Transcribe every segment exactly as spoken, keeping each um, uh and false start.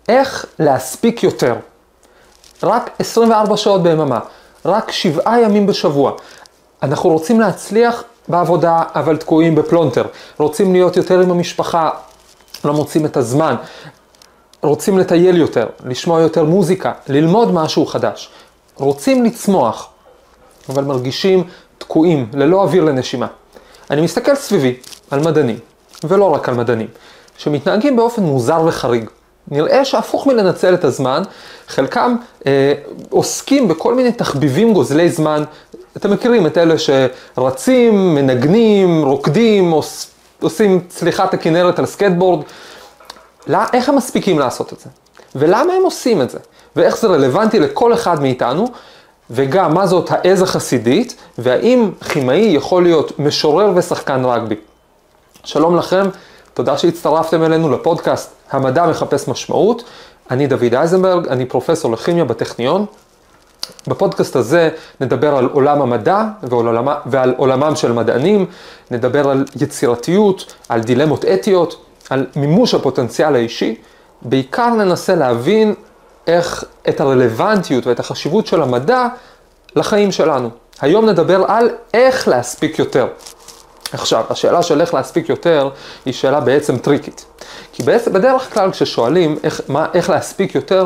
איך להספיק יותר. רק עשרים וארבע שעות ביממה, רק שבעה ימים בשבוע. אנחנו רוצים להצליח בעבודה, אבל תקועים בפלונטר. רוצים להיות יותר עם המשפחה, לא מוצאים את הזמן. רוצים לטייל יותר, לשמוע יותר מוזיקה, ללמוד משהו חדש. רוצים לצמוח, אבל מרגישים תקועים, ללא אוויר לנשימה. אני מסתכל סביבי על מדענים, ולא רק על מדענים, שמתנהגים באופן מוזר וחריג. נראה שהפוך מלנצל את הזמן, חלקם אה, עוסקים בכל מיני תחביבים גוזלי זמן. אתם מכירים את אלה שרצים, מנגנים, רוקדים, עוש, עושים צליחת הכנרת על סקייטבורד. לא, איך הם מספיקים לעשות את זה? ולמה הם עושים את זה? ואיך זה רלוונטי לכל אחד מאיתנו? וגם מה זאת העז החסידית? והאם כימאי יכול להיות משורר ושחקן רגבי? שלום לכם, תודה שהצטרפתם אלינו לפודקאסט המדע מחפש משמעות. אני דוד אייזנברג, אני פרופסור לכימיה בטכניון. בפודקאסט הזה נדבר על עולם המדע ועולם, ועל עולמם של מדענים, נדבר על יצירתיות, על דילמות אתיות, על מימוש הפוטנציאל האישי. בעיקר ננסה להבין איך את הרלוונטיות ואת החשיבות של המדע לחיים שלנו. היום נדבר על איך להספיק יותר. עכשיו, השאלה של איך להספיק יותר היא שאלה בעצם טריקית. כי בעצם בדרך כלל כששואלים איך, מה, איך להספיק יותר,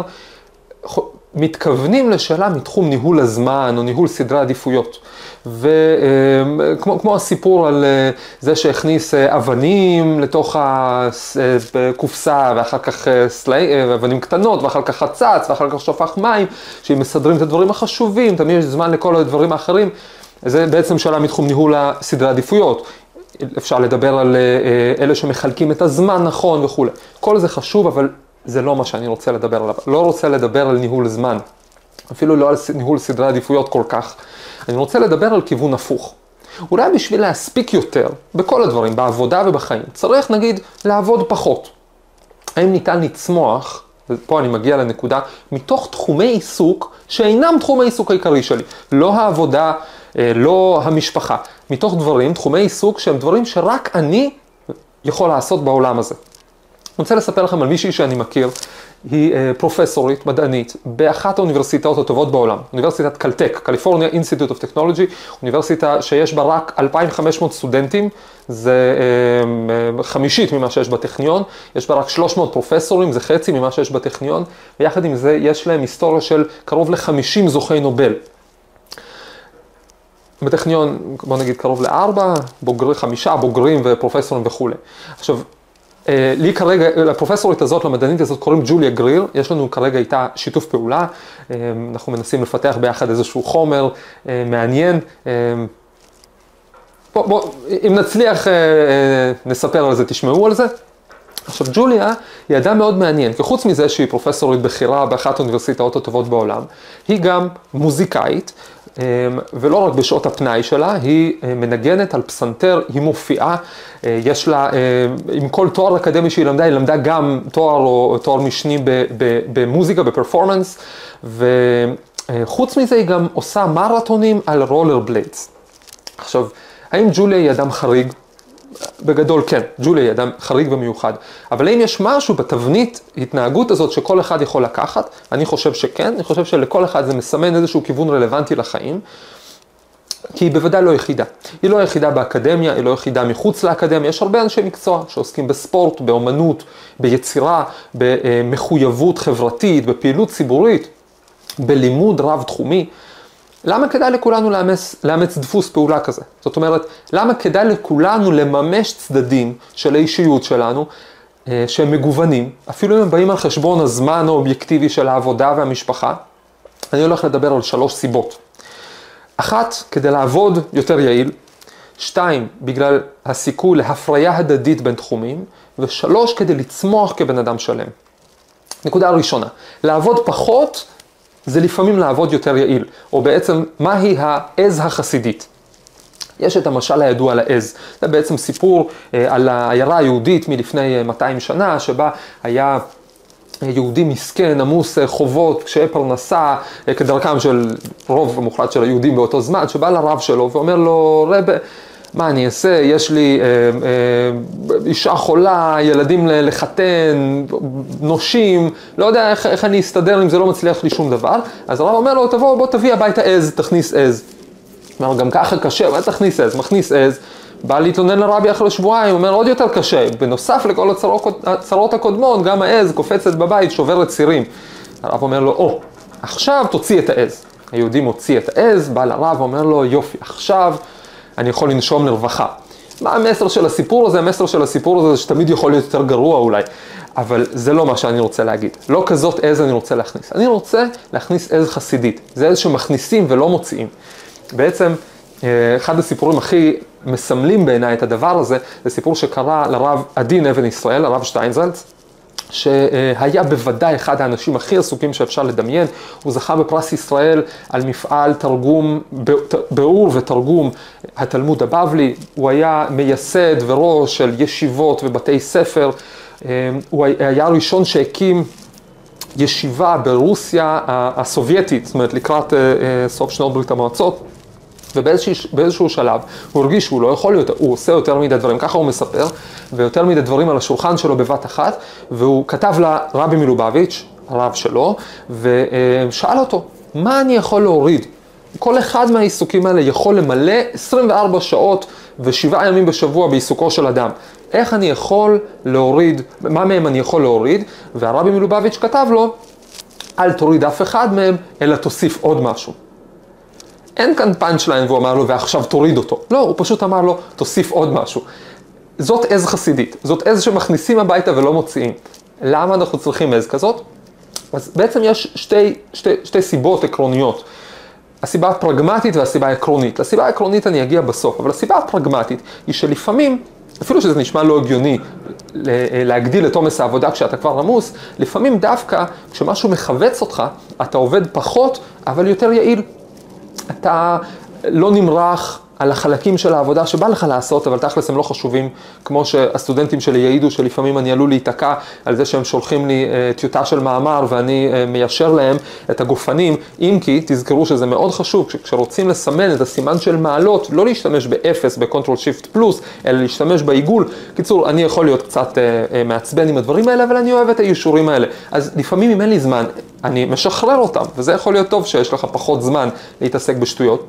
מתכוונים לשאלה מתחום ניהול הזמן או ניהול סדרי עדיפויות. וכמו כמו הסיפור על זה שהכניס אבנים לתוך הקופסה ואחר כך סלעי, אבנים קטנות ואחר כך חצץ ואחר כך שופך מים, שהם מסדרים את הדברים החשובים, תמיד יש זמן לכל הדברים האחרים. זה בעצם שאלה מתחום ניהול סדרי עדיפויות. אפשר לדבר על אלה שמחלקים את הזמן נכון וכו'. כל זה חשוב, אבל זה לא מה שאני רוצה לדבר עליו. לא רוצה לדבר על ניהול זמן. אפילו לא על ניהול סדרי עדיפויות כל כך. אני רוצה לדבר על כיוון הפוך. אולי בשביל להספיק יותר, בכל הדברים, בעבודה ובחיים, צריך נגיד לעבוד פחות. האם ניתן לצמוח, ופה אני מגיע לנקודה, מתוך תחומי עיסוק שאינם תחום העיסוק העיקרי שלי. לא העבודה, לא המשפחה. מתוך דברים, תחומי עיסוק שהם דברים שרק אני יכול לעשות בעולם הזה. אני רוצה לספר לכם על מישהי שאני מכיר, היא פרופסורית, מדענית, באחת האוניברסיטאות הטובות בעולם, אוניברסיטת קלטק, קליפורניה אינסטיטוט אוף טכנולוגי, אוניברסיטה שיש בה רק אלפיים וחמש מאות סטודנטים, זה חמישית ממה שיש בטכניון, יש בה רק שלוש מאות פרופסורים, זה חצי ממה שיש בטכניון, ויחד עם זה יש להם היסטוריה של קרוב ל-חמישים זוכי נובל. בטכניון, בוא נגיד, קרוב לארבע, בוגרי, חמישה בוגרים ופרופסורים וכו'. עכשיו, לי כרגע, לפרופסורית הזאת, למדענית הזאת, קוראים ג'וליה גריר, יש לנו כרגע איתה שיתוף פעולה, אנחנו מנסים לפתח ביחד איזשהו חומר מעניין. בוא, בוא, אם נצליח, נספר על זה, תשמעו על זה. עכשיו, ג'וליה היא אדם מאוד מעניין, כי חוץ מזה שהיא פרופסורית בכירה באחת האוניברסיטאות הטובות בעולם, היא גם מוזיקאית, ולא רק בשעות הפנאי שלה, היא מנגנת על פסנתר, היא מופיעה, יש לה, עם כל תואר אקדמי שהיא למדה, היא למדה גם תואר או תואר משני במוזיקה, בפרפורמנס, וחוץ מזה היא גם עושה מרתונים על רולר בליידס. עכשיו, האם ג'וליה היא אדם חריג? בגדול כן, ג'וליה היא אדם חריג ומיוחד, אבל אם יש משהו בתבנית התנהגות הזאת שכל אחד יכול לקחת, אני חושב שכן, אני חושב שלכל אחד זה מסמן איזשהו כיוון רלוונטי לחיים, כי היא בוודאי לא יחידה. היא לא יחידה באקדמיה, היא לא יחידה מחוץ לאקדמיה, יש הרבה אנשי מקצוע שעוסקים בספורט, באומנות, ביצירה, במחויבות חברתית, בפעילות ציבורית, בלימוד רב תחומי. למה כדאי לכולנו לאמץ, לאמץ דפוס פעולה כזה? זאת אומרת, למה כדאי לכולנו לממש צדדים של האישיות שלנו, שהם מגוונים, אפילו אם הם באים על חשבון הזמן האובייקטיבי של העבודה והמשפחה? אני הולך לדבר על שלוש סיבות. אחת, כדי לעבוד יותר יעיל. שתיים, בגלל הסיכוי להפריה הדדית בין תחומים. ושלוש, כדי לצמוח כבן אדם שלם. נקודה הראשונה, לעבוד פחות, זה לפעמים לעבוד יותר יעיל, או בעצם מהי העז החסידית. יש את המשל הידוע על העז, זה בעצם סיפור על העיירה היהודית מלפני מאתיים שנה, שבה היה יהודי מסכן, עמוס חובות, קשיי פרנסה, כדרכם של רוב המוחלט של היהודים באותו זמן, שבא לרב שלו ואומר לו, רב, מה אני אעשה? יש לי אה, אה, אישה חולה, ילדים לחתן, נושים, לא יודע איך, איך אני אסתדר אם זה לא מצליח לי שום דבר. אז הרב אומר לו, תבוא, בוא תביא הביתה עז, תכניס עז. אומר, גם ככה קשה, מה תכניס עז? מכניס עז. בא להתלונן לרבי אחרי שבועיים, אומר, עוד יותר קשה. בנוסף לכל הצרות, הצרות הקודמות, גם העז קופצת בבית, שוברת צירים. הרב אומר לו, או, עכשיו תוציא את העז. היהודי מוציא את העז, בא לרב, אומר לו, יופי, עכשיו אני יכול לנשום לרווחה. מה המסר של הסיפור הזה? המסר של הסיפור הזה זה שתמיד יכול להיות יותר גרוע אולי, אבל זה לא מה שאני רוצה להגיד. לא כזאת עז אני רוצה להכניס. אני רוצה להכניס עז חסידית. זה עז שמכניסים ולא מוציאים. בעצם, אחד הסיפורים הכי מסמלים בעיניי את הדבר הזה, זה סיפור שקרה לרב עדין אבן ישראל, הרב שטיינזלץ, שהיה בוודאי אחד האנשים הכי עסוקים שאפשר לדמיין. הוא זכה בפרס ישראל על מפעל תרגום, ביאור ותרגום התלמוד הבבלי. הוא היה מייסד וראש של ישיבות ובתי ספר. הוא היה הראשון שהקים ישיבה ברוסיה הסובייטית, זאת אומרת לקראת סוף שנות ברית המועצות. ובאיזשהו שלב הוא הרגיש שהוא לא יכול להיות, הוא עושה יותר מדי דברים, ככה הוא מספר, ויותר מדי דברים על השולחן שלו בבת אחת, והוא כתב לרבי מלובביץ', הרב שלו, ושאל אותו, מה אני יכול להוריד? כל אחד מהעיסוקים האלה יכול למלא עשרים וארבע שעות ושבעה ימים בשבוע בעיסוקו של אדם. איך אני יכול להוריד, מה מהם אני יכול להוריד? והרבי מלובביץ' כתב לו, אל תוריד אף אחד מהם, אלא תוסיף עוד משהו. אין כאן פאנץ' ליין והוא אמר לו, ועכשיו תוריד אותו. לא, הוא פשוט אמר לו, תוסיף עוד משהו. זאת עז חסידית. זאת עז שמכניסים הביתה ולא מוציאים. למה אנחנו צריכים עז כזאת? אז בעצם יש שתי, שתי, שתי סיבות עקרוניות. הסיבה הפרגמטית והסיבה העקרונית. לסיבה העקרונית אני אגיע בסוף, אבל הסיבה הפרגמטית היא שלפעמים, אפילו שזה נשמע לא הגיוני להגדיל את עומס העבודה כשאתה כבר עמוס, לפעמים דווקא כשמשהו מחווץ אותך, אתה עובד פחות, אבל יותר יעיל. אתה לא נמרח על החלקים של העבודה שבא לך לעשות, אבל תכלס הם לא חשובים, כמו שהסטודנטים שלי יעידו שלפעמים אני עלול להיתקע על זה שהם שולחים לי טיוטה של מאמר ואני מיישר להם את הגופנים, אם כי תזכרו שזה מאוד חשוב, כשרוצים לסמן את הסימן של מעלות, לא להשתמש באפס, בקונטרול שיפט פלוס, אלא להשתמש בעיגול. קיצור, אני יכול להיות קצת מעצבן עם הדברים האלה, אבל אני אוהב את האישורים האלה. אז לפעמים אם אין לי זמן, אני משחרר אותם, וזה יכול להיות טוב שיש לך פחות זמן להתעסק בשטויות.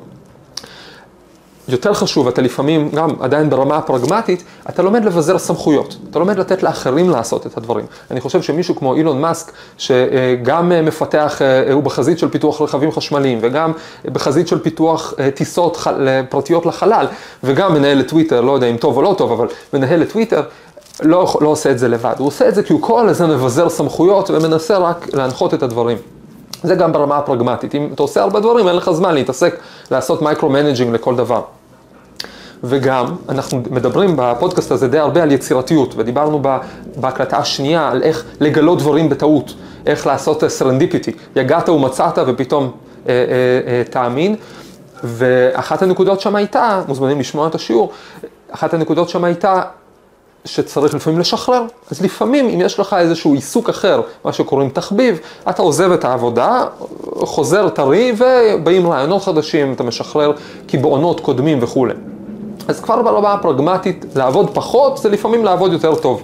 יותר חשוב, אתה לפעמים, גם עדיין ברמה הפרגמטית, אתה לומד לבזר סמכויות. אתה לומד לתת לאחרים לעשות את הדברים. אני חושב שמישהו כמו אילון מאסק, שגם מפתח, הוא בחזית של פיתוח רכבים חשמליים, וגם בחזית של פיתוח טיסות פרטיות לחלל, וגם מנהל לטוויטר, לא יודע אם טוב או לא טוב, אבל מנהל לטוויטר, לא, לא עושה את זה לבד. הוא עושה את זה כי הוא כל הזמן מבזר סמכויות, ומנסה רק להנחות את הדברים. זה גם ברמה הפרגמטית. אם אתה עושה הרבה דברים, אין לך זמן להתעסק, לעשות מייקרו-מנג'ינג לכל דבר. וגם, אנחנו מדברים בפודקאסט הזה די הרבה על יצירתיות, ודיברנו בהקלטה השנייה על איך לגלות דברים בטעות, איך לעשות סרנדיפיטי. יגעת ומצאת ופתאום אה, אה, אה, תאמין, ואחת הנקודות שם הייתה, מוזמנים לשמוע את השיעור, אחת הנקודות שם הייתה שצריך לפעמים לשחרר. אז לפעמים, אם יש לך איזשהו עיסוק אחר, מה שקוראים תחביב, אתה עוזב את העבודה, חוזר טרי, ובאים רעיונות חדשים, אתה משחרר קיבעונות קודמים וכו'. אז כבר ברמה הפרגמטית, לעבוד פחות, זה לפעמים לעבוד יותר טוב.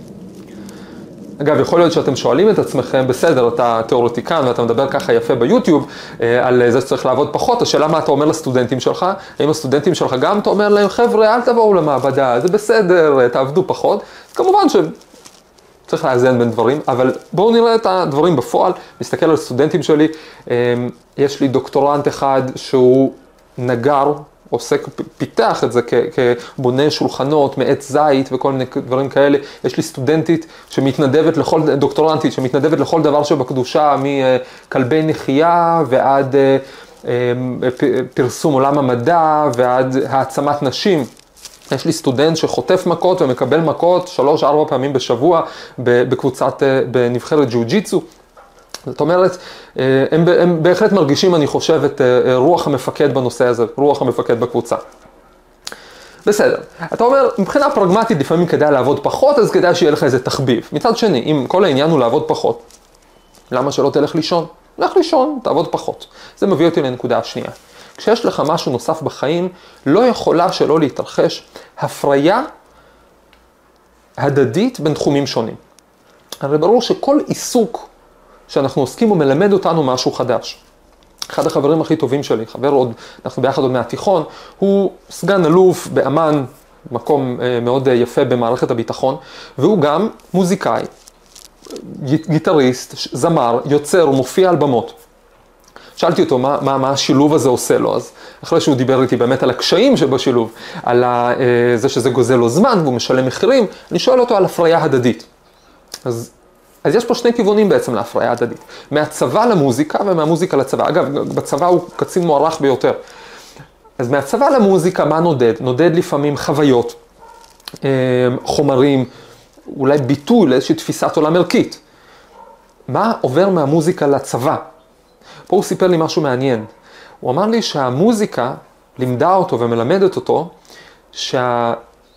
אגב, יכול להיות שאתם שואלים את עצמכם, בסדר, אתה תיאורטיקן ואתה מדבר ככה יפה ביוטיוב, על זה שצריך לעבוד פחות, השאלה מה אתה אומר לסטודנטים שלך, האם הסטודנטים שלך גם אתה אומר להם, חבר'ה, אל תבואו למעבדה, זה בסדר, תעבדו פחות. אז כמובן שצריך לאזן בין דברים, אבל בואו נראה את הדברים בפועל, נסתכל על הסטודנטים שלי, יש לי דוקטורנט אחד שהוא נגר, עוסק, פיתח את זה כבונה שולחנות, מעץ זית וכל מיני דברים כאלה. יש לי סטודנטית שמתנדבת לכל, דוקטורנטית שמתנדבת לכל דבר שבקדושה, מכלבי נחייה ועד פרסום עולם המדע ועד העצמת נשים. יש לי סטודנט שחוטף מכות ומקבל מכות שלוש, ארבע פעמים בשבוע בקבוצת, בנבחרת ג'יו-ג'יצו. זאת אומרת, הם, הם בהחלט מרגישים, אני חושב, את רוח המפקד בנושא הזה, רוח המפקד בקבוצה. בסדר. אתה אומר, מבחינה פרגמטית לפעמים כדאי לעבוד פחות, אז כדאי שיהיה לך איזה תחביב. מצד שני, אם כל העניין הוא לעבוד פחות, למה שלא תלך לישון? לך לישון, תעבוד פחות. זה מביא אותי לנקודה השנייה. כשיש לך משהו נוסף בחיים, לא יכולה שלא להתרחש הפריה הדדית בין תחומים שונים. הרי ברור שכל עיסוק שאנחנו עוסקים הוא מלמד אותנו משהו חדש. אחד החברים הכי טובים שלי, חבר עוד, אנחנו ביחד עוד מהתיכון, הוא סגן אלוף באמן, מקום מאוד יפה במערכת הביטחון, והוא גם מוזיקאי, גיטריסט, זמר, יוצר, מופיע על במות. שאלתי אותו מה, מה, מה השילוב הזה עושה לו, אז אחרי שהוא דיבר איתי באמת על הקשיים שבשילוב, על זה שזה גוזל לו זמן והוא משלם מחירים, אני שואל אותו על הפריה הדדית. אז, אז יש פה שני כיוונים בעצם להפריה הדדית. מהצבא למוזיקה ומהמוזיקה לצבא. אגב, בצבא הוא קצין מוערך ביותר. אז מהצבא למוזיקה מה נודד? נודד לפעמים חוויות, חומרים, אולי ביטוי לאיזושהי תפיסת עולם ערכית. מה עובר מהמוזיקה לצבא? פה הוא סיפר לי משהו מעניין. הוא אמר לי שהמוזיקה לימדה אותו ומלמדת אותו שה...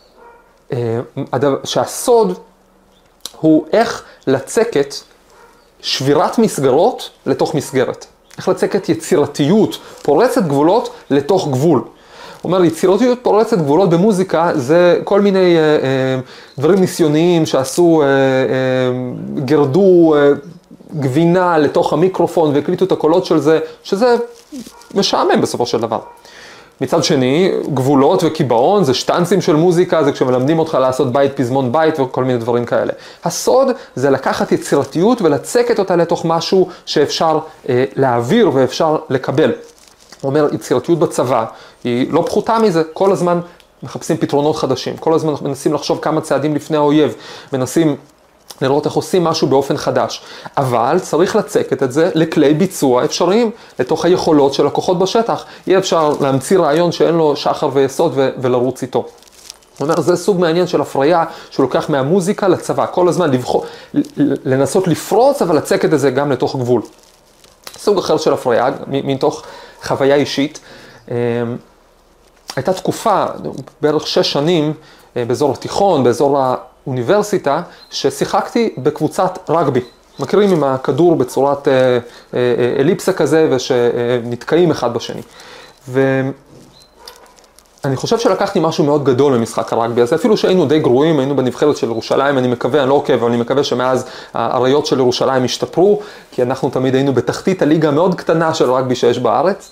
שהסוד הוא איך לצקת שבירת מסגרות לתוך מסגרת. איך לצקת יצירתיות, פורצת גבולות לתוך גבול. הוא אומר, יצירתיות פורצת גבולות במוזיקה זה כל מיני אה, אה, דברים ניסיוניים שעשו, אה, אה, גרדו אה, גבינה לתוך המיקרופון והקליטו את הקולות של זה, שזה משעמם בסופו של דבר. מצד שני, גבולות וקיבעון זה שטנצים של מוזיקה, זה כשמלמדים אותך לעשות בית פזמון בית וכל מיני דברים כאלה. הסוד זה לקחת יצירתיות ולצקת אותה לתוך משהו שאפשר אה, להעביר ואפשר לקבל. הוא אומר, יצירתיות בצבא היא לא פחותה מזה, כל הזמן מחפשים פתרונות חדשים, כל הזמן מנסים לחשוב כמה צעדים לפני האויב, מנסים לראות איך עושים משהו באופן חדש. אבל צריך לצקת את זה לכלי ביצוע אפשריים, לתוך היכולות של הכוחות בשטח. אי אפשר להמציא רעיון שאין לו שחר ויסוד ו- ולרוץ איתו. הוא אומר, זה סוג מעניין של הפריה שלוקח מהמוזיקה לצבא, כל הזמן לבחור, לנסות לפרוץ, אבל לצקת את זה גם לתוך גבול. סוג אחר של הפריה, מתוך חוויה אישית. הייתה תקופה, בערך שש שנים, באזור התיכון, באזור האוניברסיטה, ששיחקתי בקבוצת רגבי. מכירים עם הכדור בצורת אליפסה כזה, ושנתקעים אחד בשני. ואני חושב שלקחתי משהו מאוד גדול ממשחק הרגבי הזה, אפילו שהיינו די גרועים, היינו בנבחרת של ירושלים, אני מקווה, אני לא עוקב, אבל אני מקווה שמאז האריות של ירושלים השתפרו, כי אנחנו תמיד היינו בתחתית הליגה המאוד קטנה של רגבי שיש בארץ.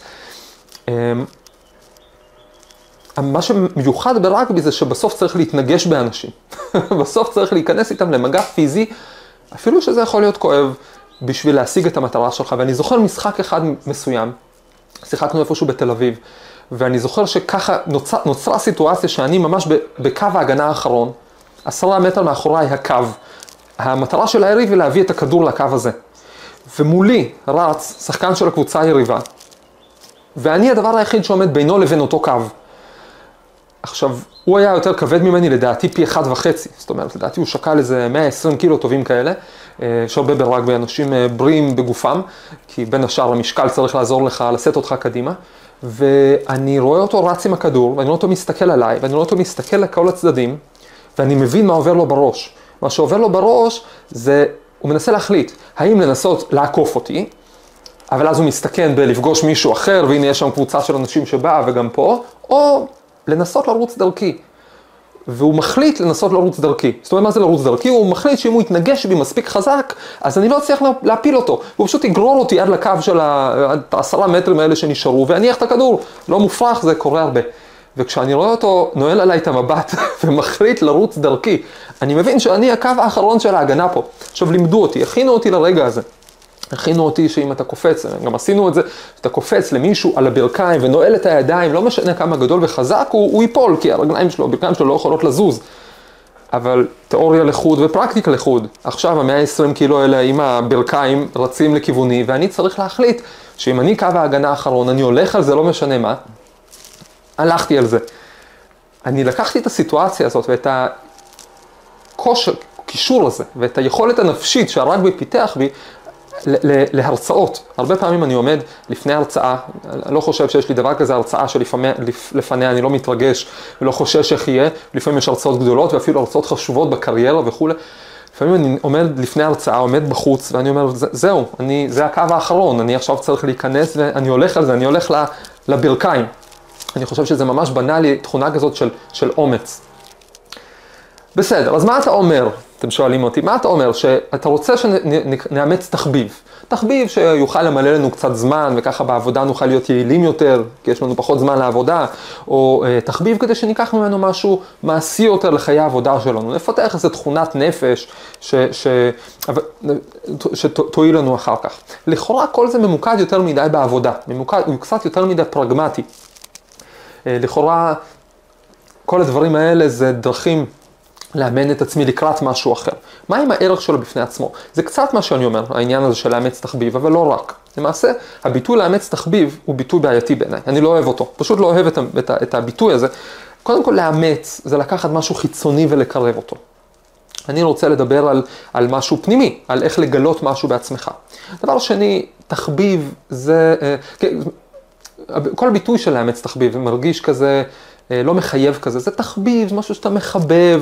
מה שמיוחד ברגבי זה שבסוף צריך להתנגש באנשים. בסוף צריך להיכנס איתם למגע פיזי, אפילו שזה יכול להיות כואב, בשביל להשיג את המטרה שלך. ואני זוכר משחק אחד מסוים, שיחקנו איפשהו בתל אביב, ואני זוכר שככה נוצרה, נוצרה סיטואציה שאני ממש בקו ההגנה האחרון, עשרה מטר מאחוריי הקו. המטרה של היריב היא להביא את הכדור לקו הזה. ומולי רץ שחקן של הקבוצה היריבה, ואני הדבר היחיד שעומד בינו לבין אותו קו. עכשיו, הוא היה יותר כבד ממני, לדעתי פי אחד וחצי. זאת אומרת, לדעתי הוא שקל איזה מאה ועשרים קילו טובים כאלה, שהרבה ברגבי אנשים בריאים בגופם, כי בין השאר המשקל צריך לעזור לך, לשאת אותך קדימה. ואני רואה אותו רץ עם הכדור, ואני רואה אותו מסתכל עליי, ואני רואה אותו מסתכל לכל הצדדים, ואני מבין מה עובר לו בראש. מה שעובר לו בראש זה, הוא מנסה להחליט, האם לנסות לעקוף אותי, אבל אז הוא מסתכן בלפגוש מישהו אחר, והנה יש שם קבוצה של אנשים שבאה וגם פה, או לנסות לרוץ דרכי. והוא מחליט לנסות לרוץ דרכי. זאת אומרת, מה זה לרוץ דרכי? הוא מחליט שאם הוא יתנגש בי מספיק חזק, אז אני לא צריך להפיל אותו. הוא פשוט יגרור אותי עד לקו של העשרה מטרים האלה שנשארו, ואניח את הכדור. לא מופרך, זה קורה הרבה. וכשאני רואה אותו נועל עליי את המבט ומחליט לרוץ דרכי, אני מבין שאני הקו האחרון של ההגנה פה. עכשיו לימדו אותי, הכינו אותי לרגע הזה. הכינו אותי שאם אתה קופץ, גם עשינו את זה, אתה קופץ למישהו על הברכיים ונועל את הידיים, לא משנה כמה גדול וחזק, הוא, הוא ייפול, כי הרגליים שלו, הברכיים שלו לא יכולות לזוז. אבל תיאוריה לחוד ופרקטיקה לחוד. עכשיו ה-מאה ועשרים קילו האלה עם הברכיים רצים לכיווני, ואני צריך להחליט שאם אני קו ההגנה האחרון, אני הולך על זה, לא משנה מה, הלכתי על זה. אני לקחתי את הסיטואציה הזאת ואת הכושר, קישור הזה, ואת היכולת הנפשית שהרגבי פיתח בי, להרצאות. הרבה פעמים אני עומד לפני הרצאה, אני לא חושב שיש לי דבר כזה הרצאה שלפניה אני לא מתרגש ולא חושש איך יהיה, לפעמים יש הרצאות גדולות ואפילו הרצאות חשובות בקריירה וכו'. לפעמים אני עומד לפני הרצאה, עומד בחוץ ואני אומר, זהו, אני, זה הקו האחרון, אני עכשיו צריך להיכנס ואני הולך על זה, אני הולך לברכיים. אני חושב שזה ממש בנה לי תכונה כזאת של, של אומץ. בסדר, אז מה אתה אומר? אתם שואלים אותי, מה אתה אומר? שאתה רוצה שנאמץ תחביב. תחביב שיוכל למלא לנו קצת זמן, וככה בעבודה נוכל להיות יעילים יותר, כי יש לנו פחות זמן לעבודה, או uh, תחביב כדי שניקח ממנו משהו מעשי יותר לחיי העבודה שלנו. נפתח איזו תכונת נפש ש, ש, שתועיל לנו אחר כך. לכאורה כל זה ממוקד יותר מדי בעבודה, ממוקד, הוא קצת יותר מדי פרגמטי. Uh, לכאורה כל הדברים האלה זה דרכים לאמן את עצמי לקראת משהו אחר. מה עם הערך שלו בפני עצמו? זה קצת מה שאני אומר, העניין הזה של לאמץ תחביב, אבל לא רק. למעשה, הביטוי לאמץ תחביב הוא ביטוי בעייתי בעיניי. אני לא אוהב אותו, פשוט לא אוהב את, את, את הביטוי הזה. קודם כל, לאמץ זה לקחת משהו חיצוני ולקרב אותו. אני רוצה לדבר על, על משהו פנימי, על איך לגלות משהו בעצמך. דבר שני, תחביב זה... כל ביטוי של לאמץ תחביב מרגיש כזה, לא מחייב כזה, זה תחביב, זה משהו שאתה מחבב,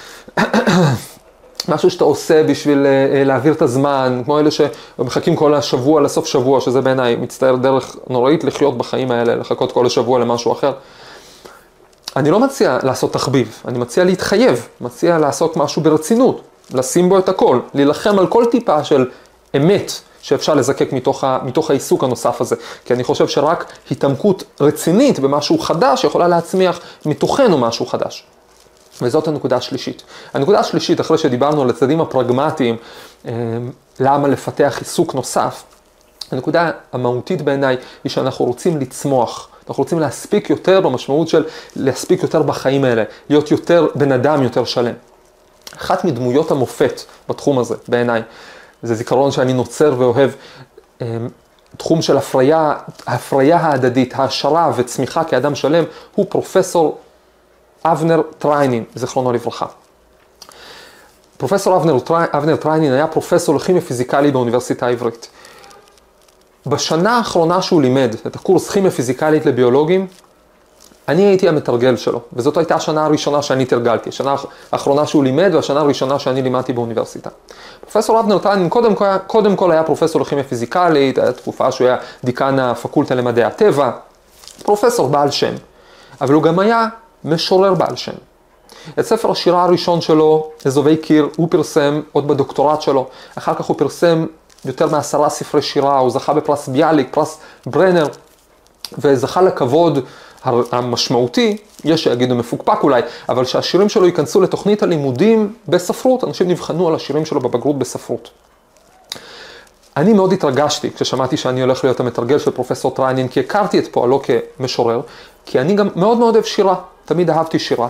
משהו שאתה עושה בשביל להעביר את הזמן, כמו אלה שמחכים כל השבוע לסוף שבוע, שזה בעיניי מצטער דרך נוראית לחיות בחיים האלה, לחכות כל השבוע למשהו אחר. אני לא מציע לעשות תחביב, אני מציע להתחייב, מציע לעשות משהו ברצינות, לשים בו את הכל, להילחם על כל טיפה של אמת שאפשר לזקק מתוך, ה, מתוך העיסוק הנוסף הזה. כי אני חושב שרק התעמקות רצינית במשהו חדש יכולה להצמיח מתוכנו משהו חדש. וזאת הנקודה השלישית. הנקודה השלישית, אחרי שדיברנו על הצדדים הפרגמטיים, למה לפתח עיסוק נוסף, הנקודה המהותית בעיניי היא שאנחנו רוצים לצמוח. אנחנו רוצים להספיק יותר במשמעות של להספיק יותר בחיים האלה, להיות יותר בן אדם יותר שלם. אחת מדמויות המופת בתחום הזה בעיניי, זה זיכרון שאני נוצר ואוהב, תחום של הפריה, הפריה ההדדית, העשרה וצמיחה כאדם שלם, הוא פרופסור אבנר טריינין, זכרונו לברכה. פרופסור אבנר, אבנר טריינין היה פרופסור לכימיה פיזיקלי באוניברסיטה העברית. בשנה האחרונה שהוא לימד את הקורס כימיה פיזיקלית לביולוגים, אני הייתי המתרגל שלו, וזאת הייתה השנה הראשונה שאני תרגלתי, השנה האחרונה שהוא לימד והשנה הראשונה שאני לימדתי באוניברסיטה. פרופסור אבנר טריינין קודם, קודם כל היה פרופסור לכימיה פיזיקלית, הייתה תקופה שהוא היה דיקן הפקולטה למדעי הטבע, פרופסור בעל שם, אבל הוא גם היה משורר בעל שם. את ספר השירה הראשון שלו, אזובי קיר, הוא פרסם עוד בדוקטורט שלו, אחר כך הוא פרסם יותר מעשרה ספרי שירה, הוא זכה בפרס ביאליק, פרס ברנר, וזכה לכבוד המשמעותי, יש שיגידו מפוקפק אולי, אבל שהשירים שלו ייכנסו לתוכנית הלימודים בספרות, אנשים נבחנו על השירים שלו בבגרות בספרות. אני מאוד התרגשתי כששמעתי שאני הולך להיות המתרגל של פרופסור טריינין, כי הכרתי את פועלו כמשורר, כי אני גם מאוד מאוד אוהב שירה, תמיד אהבתי שירה,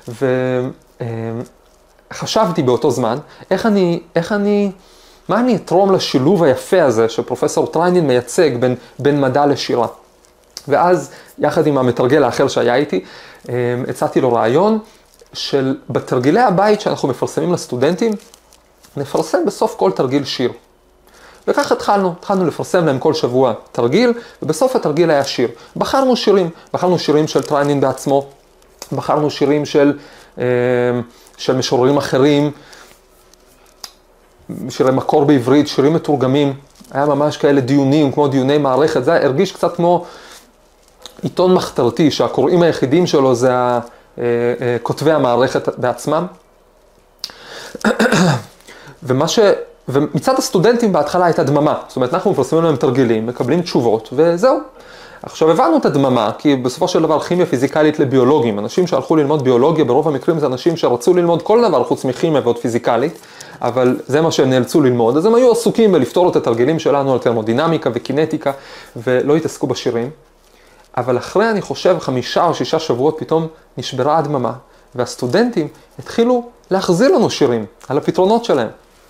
וחשבתי באותו זמן, איך אני, איך אני, מה אני אתרום לשילוב היפה הזה שפרופסור טריינין מייצג בין, בין מדע לשירה. ואז, יחד עם המתרגל האחר שהיה איתי, הצעתי לו רעיון של בתרגילי הבית שאנחנו מפרסמים לסטודנטים, נפרסם בסוף כל תרגיל שיר. וכך התחלנו, התחלנו לפרסם להם כל שבוע תרגיל, ובסוף התרגיל היה שיר. בחרנו שירים, בחרנו שירים של טריינין בעצמו, בחרנו שירים של, של משוררים אחרים, שירי מקור בעברית, שירים מתורגמים, היה ממש כאלה דיונים, כמו דיוני מערכת, זה הרגיש קצת כמו עיתון מחתרתי, שהקוראים היחידים שלו זה כותבי המערכת בעצמם. ומה ש... ומצד הסטודנטים בהתחלה הייתה דממה, זאת אומרת, אנחנו מפרסמים להם תרגילים, מקבלים תשובות, וזהו. עכשיו הבנו את הדממה, כי בסופו של דבר כימיה פיזיקלית לביולוגים, אנשים שהלכו ללמוד ביולוגיה, ברוב המקרים זה אנשים שרצו ללמוד כל דבר חוץ מכימיה ועוד פיזיקלית, אבל זה מה שהם נאלצו ללמוד, אז הם היו עסוקים בלפתור את התרגילים שלנו על תרמודינמיקה וקינטיקה, ולא התעסקו בשירים. אבל אחרי, אני חושב, חמישה או שישה שבועות פתאום נשברה הדממה, והסטודנטים התחילו להחזיר לנו שירים על הפתרונות שלהם.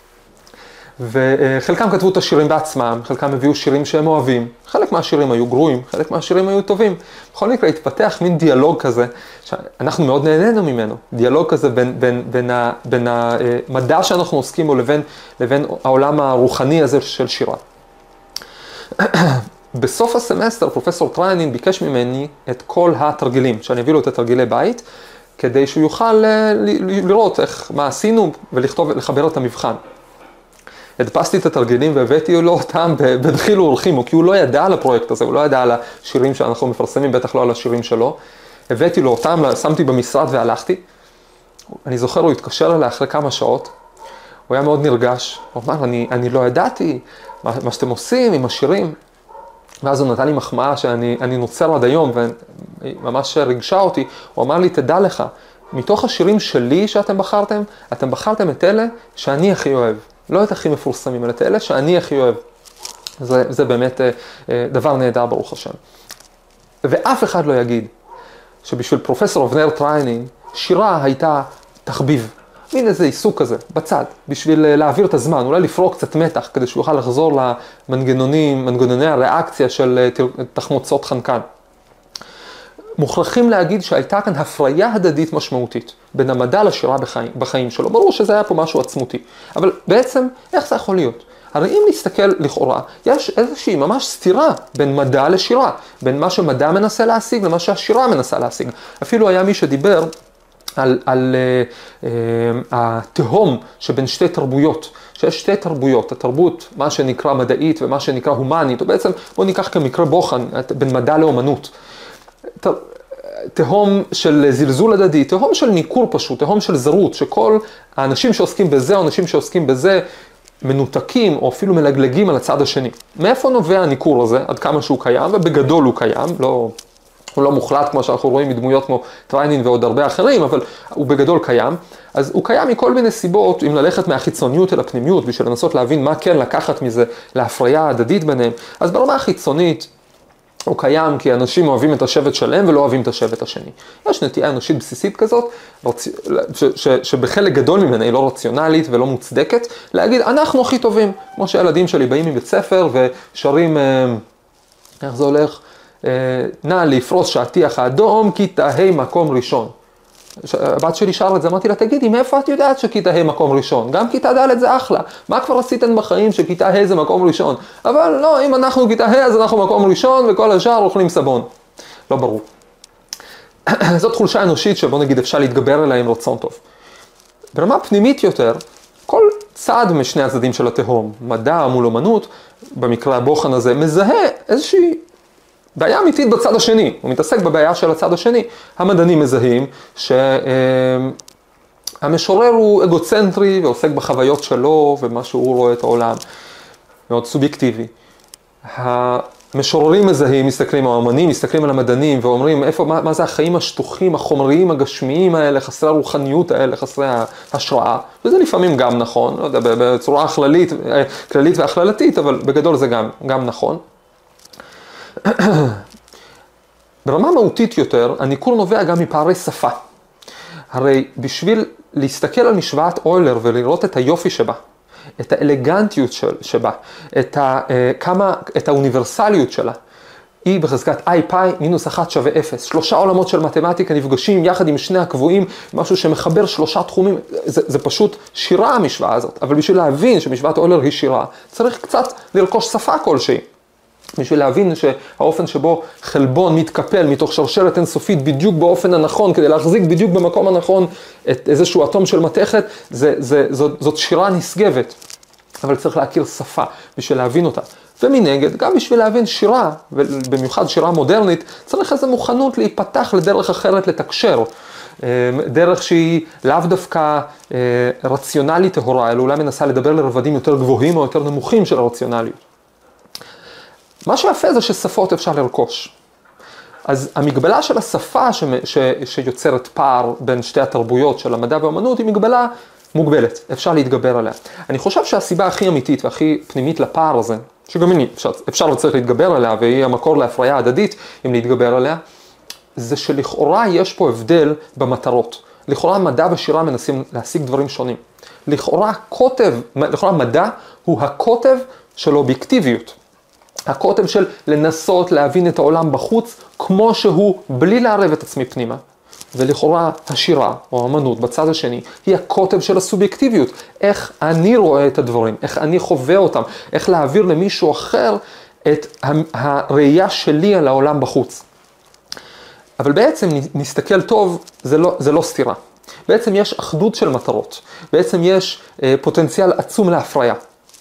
וחלקם כתבו את השירים בעצמם, חלקם הביאו שירים שהם אוהבים, חלק מהשירים היו גרועים, חלק מהשירים היו טובים. בכל מקרה התפתח מין דיאלוג כזה, שאנחנו מאוד נהנינו ממנו, דיאלוג כזה בין, בין, בין, ה, בין המדע שאנחנו עוסקים בו לבין, לבין העולם הרוחני הזה של שירה. בסוף הסמסטר פרופסור טריינין ביקש ממני את כל התרגילים, שאני אביא לו את התרגילי בית, כדי שהוא יוכל לראות איך, מה עשינו ולכתוב, לחבר את המבחן. הדפסתי את התרגילים והבאתי לו אותם בדחילו ורחימו, כי הוא לא ידע על הפרויקט הזה, הוא לא ידע על השירים שאנחנו מפרסמים, בטח לא על השירים שלו. הבאתי לו אותם, שמתי במשרד והלכתי. אני זוכר, הוא התקשר אליי אחרי כמה שעות, הוא היה מאוד נרגש, הוא אמר, אני, אני לא ידעתי מה, מה שאתם עושים עם השירים. ואז הוא נתן לי מחמאה שאני אני נוצר עד היום, וממש ריגשה אותי. הוא אמר לי, תדע לך, מתוך השירים שלי שאתם בחרתם, אתם בחרתם את אלה שאני הכי אוהב. לא את הכי מפורסמים, אלא את אלה שאני הכי אוהב. זה, זה באמת דבר נהדר, ברוך השם. ואף אחד לא יגיד שבשביל פרופסור אבנר טריינין, שירה הייתה תחביב. מין איזה עיסוק כזה, בצד, בשביל להעביר את הזמן, אולי לפרוק קצת מתח, כדי שהוא יוכל לחזור למנגנונים, מנגנוני הריאקציה של תחמוצות חנקן. מוכרחים להגיד שהייתה כאן הפריה הדדית משמעותית, בין המדע לשירה בחיים, בחיים שלו. ברור שזה היה פה משהו עצמותי, אבל בעצם, איך זה יכול להיות? הרי אם נסתכל לכאורה, יש איזושהי ממש סתירה בין מדע לשירה, בין מה שמדע מנסה להשיג למה שהשירה מנסה להשיג. אפילו היה מי שדיבר על, על uh, uh, התהום שבין שתי תרבויות, שיש שתי תרבויות, התרבות, מה שנקרא מדעית ומה שנקרא הומנית, או בעצם בוא ניקח כמקרה בוחן בין מדע לאומנות. ת, תהום של זלזול הדדי, תהום של ניכור פשוט, תהום של זרות, שכל האנשים שעוסקים בזה או אנשים שעוסקים בזה מנותקים או אפילו מלגלגים על הצד השני. מאיפה נובע הניכור הזה? עד כמה שהוא קיים, ובגדול הוא קיים, לא... הוא לא מוחלט כמו שאנחנו רואים מדמויות כמו טריינין ועוד הרבה אחרים, אבל הוא בגדול קיים. אז הוא קיים מכל מיני סיבות, אם ללכת מהחיצוניות אל הפנימיות, בשביל לנסות להבין מה כן לקחת מזה להפריה הדדית ביניהם. אז ברמה החיצונית הוא קיים כי אנשים אוהבים את השבט שלהם ולא אוהבים את השבט השני. יש נטייה אנושית בסיסית כזאת, ש- ש- ש- שבחלק גדול ממנה היא לא רציונלית ולא מוצדקת, להגיד אנחנו הכי טובים, כמו שהילדים שלי באים מבית ספר ושרים, איך זה הולך? נע לפרוס שעתיח האדום, כיתה ה' מקום ראשון. הבת שלי שרה את זה, אמרתי לה, תגידי, מאיפה את יודעת שכיתה ה' מקום ראשון? גם כיתה ד' זה אחלה. מה כבר עשיתם בחיים שכיתה ה' זה מקום ראשון? אבל לא, אם אנחנו כיתה ה' אז אנחנו מקום ראשון וכל השאר אוכלים סבון. לא ברור. זאת חולשה אנושית שבוא נגיד אפשר להתגבר עליה עם רצון טוב. ברמה פנימית יותר, כל צד משני הצדדים של התהום, מדע מול אומנות, במקרה הבוחן הזה, מזהה איזושהי בעיה אמיתית בצד השני, הוא מתעסק בבעיה של הצד השני. המדענים מזהים שהמשורר הוא אגוצנטרי ועוסק בחוויות שלו ומה שהוא רואה את העולם, מאוד סובייקטיבי. המשוררים מזהים, מסתכלים, האמנים מסתכלים על המדענים ואומרים איפה, מה, מה זה החיים השטוחים, החומריים, הגשמיים האלה, חסרי הרוחניות האלה, חסרי ההשראה, וזה לפעמים גם נכון, לא יודע, בצורה כללית, כללית והכללתית, אבל בגדול זה גם, גם נכון. ברמה מהותית יותר, הניכור נובע גם מפערי שפה. הרי בשביל להסתכל על משוואת אוילר ולראות את היופי שבה, את האלגנטיות שבה, את, ה, כמה, את האוניברסליות שלה, היא בחזקת I פאי מינוס אחת שווה אפס. שלושה עולמות של מתמטיקה נפגשים יחד עם שני הקבועים, משהו שמחבר שלושה תחומים. זה, זה פשוט שירה המשוואה הזאת. אבל בשביל להבין שמשוואת אוילר היא שירה, צריך קצת לרכוש שפה כלשהי. בשביל להבין שהאופן שבו חלבון מתקפל מתוך שרשרת אינסופית בדיוק באופן הנכון, כדי להחזיק בדיוק במקום הנכון את איזשהו אטום של מתכת, זה, זה, זאת, זאת שירה נשגבת. אבל צריך להכיר שפה בשביל להבין אותה. ומנגד, גם בשביל להבין שירה, ובמיוחד שירה מודרנית, צריך איזו מוכנות להיפתח לדרך אחרת לתקשר. דרך שהיא לאו דווקא רציונלית טהורה, אלא אולי מנסה לדבר לרבדים יותר גבוהים או יותר נמוכים של הרציונליות. מה שיפה זה ששפות אפשר לרכוש. אז המגבלה של השפה ש... ש... שיוצרת פער בין שתי התרבויות של המדע והאמנות היא מגבלה מוגבלת, אפשר להתגבר עליה. אני חושב שהסיבה הכי אמיתית והכי פנימית לפער הזה, שגם אני אפשר, אפשר וצריך להתגבר עליה, והיא המקור להפריה הדדית אם להתגבר עליה, זה שלכאורה יש פה הבדל במטרות. לכאורה מדע ושירה מנסים להשיג דברים שונים. לכאורה כותב, לכאורה מדע הוא הכותב של אובייקטיביות. הכותב של לנסות להבין את העולם בחוץ כמו שהוא, בלי לערב את עצמי פנימה. ולכאורה השירה או האמנות בצד השני היא הכותב של הסובייקטיביות. איך אני רואה את הדברים, איך אני חווה אותם, איך להעביר למישהו אחר את הראייה שלי על העולם בחוץ. אבל בעצם נסתכל טוב, זה לא, זה לא סתירה. בעצם יש אחדות של מטרות, בעצם יש אה, פוטנציאל עצום להפריה.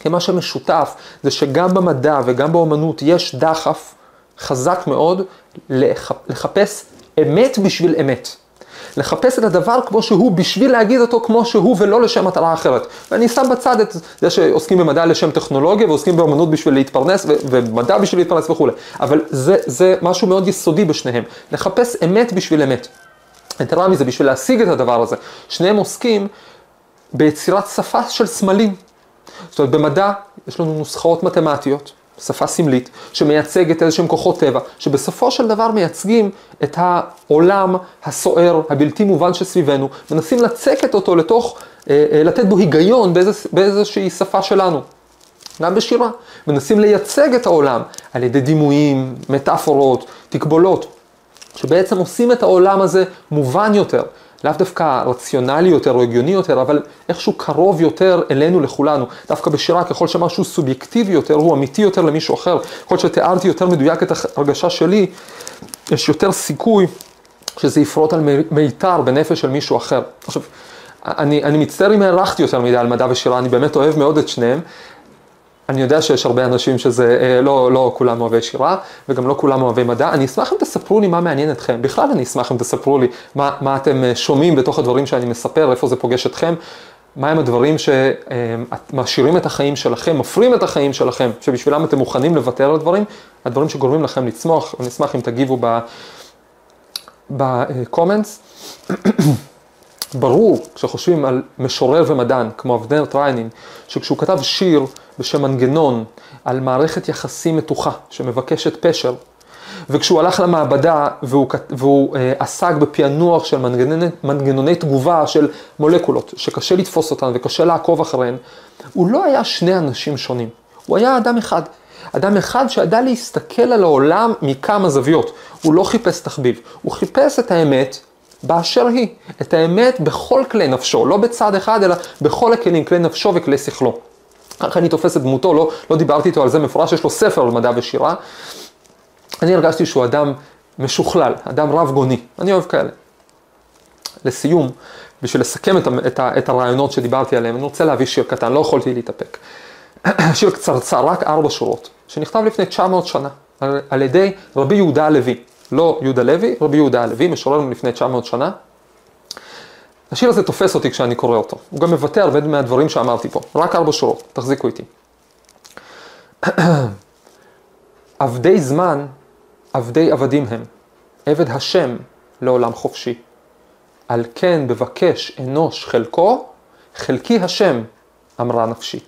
כי מה שמשותף זה שגם במדע וגם באומנות יש דחף חזק מאוד לחפש אמת בשביל אמת. לחפש את הדבר כמו שהוא בשביל להגיד אותו כמו שהוא ולא לשם מטרה אחרת. ואני שם בצד את זה שעוסקים במדע לשם טכנולוגיה ועוסקים באומנות בשביל להתפרנס ומדע בשביל להתפרנס וכו'. אבל זה, זה משהו מאוד יסודי בשניהם. לחפש אמת בשביל אמת. יתרה מזה, בשביל להשיג את הדבר הזה. שניהם עוסקים ביצירת שפה של סמלים. זאת אומרת, במדע יש לנו נוסחאות מתמטיות, שפה סמלית, שמייצגת איזשהם כוחות טבע, שבסופו של דבר מייצגים את העולם הסוער, הבלתי מובן שסביבנו, מנסים לצקת אותו לתוך, לתת בו היגיון באיז, באיזושהי שפה שלנו. גם בשירה, מנסים לייצג את העולם על ידי דימויים, מטאפורות, תקבולות, שבעצם עושים את העולם הזה מובן יותר, לאו דווקא רציונלי יותר או הגיוני יותר, אבל איכשהו קרוב יותר אלינו לכולנו. דווקא בשירה, ככל שמשהו סובייקטיבי יותר, הוא אמיתי יותר למישהו אחר, ככל שתיארתי יותר מדויק את הרגשה שלי, יש יותר סיכוי שזה יפרוט על מיתר בנפש של מישהו אחר. עכשיו, אני, אני מצטער אם הערכתי יותר מדי על מדע ושירה, אני באמת אוהב מאוד את שניהם. אני יודע שיש הרבה אנשים שזה, לא, לא כולם אוהבי שירה, וגם לא כולם אוהבי מדע. אני אשמח אם תספרו לי מה מעניין אתכם. בכלל אני אשמח אם תספרו לי מה, מה אתם שומעים בתוך הדברים שאני מספר, איפה זה פוגש אתכם, מהם הדברים שמשאירים את החיים שלכם, מפרים את החיים שלכם, שבשבילם אתם מוכנים לוותר על דברים, הדברים שגורמים לכם לצמוח. אני אשמח אם תגיבו בקומנטס. ברור, כשחושבים על משורר ומדען, כמו אבנר טריינין, שכשהוא כתב שיר בשם מנגנון, על מערכת יחסים מתוחה, שמבקשת פשר, וכשהוא הלך למעבדה והוא, והוא אה, עסק בפענוח של מנגנוני, מנגנוני תגובה של מולקולות, שקשה לתפוס אותן וקשה לעקוב אחריהן, הוא לא היה שני אנשים שונים, הוא היה אדם אחד. אדם אחד שידע להסתכל על העולם מכמה זוויות. הוא לא חיפש תחביב, הוא חיפש את האמת, באשר היא, את האמת בכל כלי נפשו, לא בצד אחד, אלא בכל הכלים, כלי נפשו וכלי שכלו. כך אני תופס את דמותו, לא, לא דיברתי איתו על זה מפורש, יש לו ספר על מדע ושירה. אני הרגשתי שהוא אדם משוכלל, אדם רב גוני, אני אוהב כאלה. לסיום, בשביל לסכם את, את, את הרעיונות שדיברתי עליהם, אני רוצה להביא שיר קטן, לא יכולתי להתאפק. שיר קצרצר, רק ארבע שורות, שנכתב לפני תשע מאות שנה, על, על ידי רבי יהודה הלוי. לא יהודה לוי, רבי יהודה הלוי, משורר לפני תשע מאות שנה. השיר הזה תופס אותי כשאני קורא אותו. הוא גם מבטא הרבה מהדברים שאמרתי פה. רק ארבע שורות, תחזיקו איתי. עבדי זמן, עבדי עבדים הם. עבד השם לעולם חופשי. על כן בבקש אנוש חלקו, חלקי השם אמרה נפשי.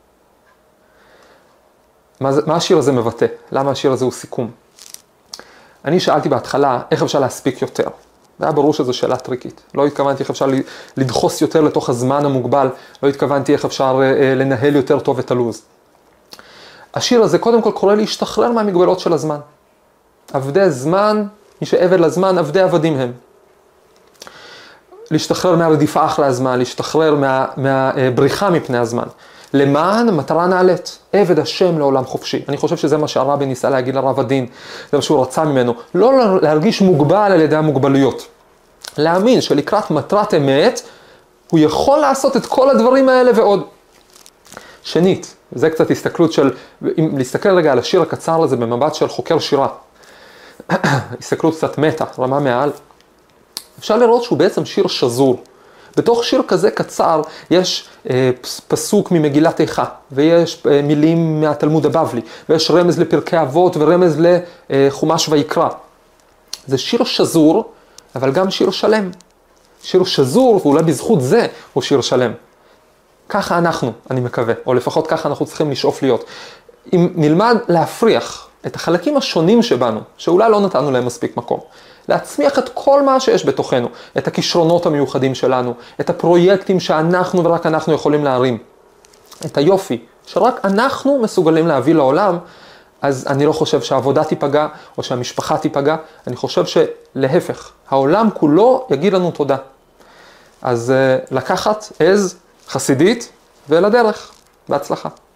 מה, מה השיר הזה מבטא? למה השיר הזה הוא סיכום? אני שאלתי בהתחלה איך אפשר להספיק יותר. והיה ברור שזו שאלה טריקית. לא התכוונתי איך אפשר לדחוס יותר לתוך הזמן המוגבל, לא התכוונתי איך אפשר לנהל יותר טוב את הלוז. השיר הזה קודם כל קורא להשתחרר מהמגבלות של הזמן. עבדי זמן, מי שעבד לזמן, עבדי עבדים הם. להשתחרר מהרדיפה אחרי הזמן, להשתחרר מה, מהבריחה מפני הזמן. למען מטרה נעלית, עבד השם לעולם חופשי. אני חושב שזה מה שהרבי ניסה להגיד לרב הדין, זה מה שהוא רצה ממנו. לא להרגיש מוגבל על ידי המוגבלויות. להאמין שלקראת מטרת אמת, הוא יכול לעשות את כל הדברים האלה ועוד. שנית, זה קצת הסתכלות של, אם להסתכל רגע על השיר הקצר הזה במבט של חוקר שירה. הסתכלות קצת מטה, רמה מעל. אפשר לראות שהוא בעצם שיר שזור. בתוך שיר כזה קצר יש אה, פסוק ממגילת איכה, ויש אה, מילים מהתלמוד הבבלי, ויש רמז לפרקי אבות ורמז לחומש ויקרא. זה שיר שזור, אבל גם שיר שלם. שיר שזור, ואולי בזכות זה הוא שיר שלם. ככה אנחנו, אני מקווה, או לפחות ככה אנחנו צריכים לשאוף להיות. אם נלמד להפריח את החלקים השונים שבנו, שאולי לא נתנו להם מספיק מקום, להצמיח את כל מה שיש בתוכנו, את הכישרונות המיוחדים שלנו, את הפרויקטים שאנחנו ורק אנחנו יכולים להרים, את היופי שרק אנחנו מסוגלים להביא לעולם, אז אני לא חושב שהעבודה תיפגע או שהמשפחה תיפגע, אני חושב שלהפך, העולם כולו יגיד לנו תודה. אז לקחת עז חסידית ולדרך, בהצלחה.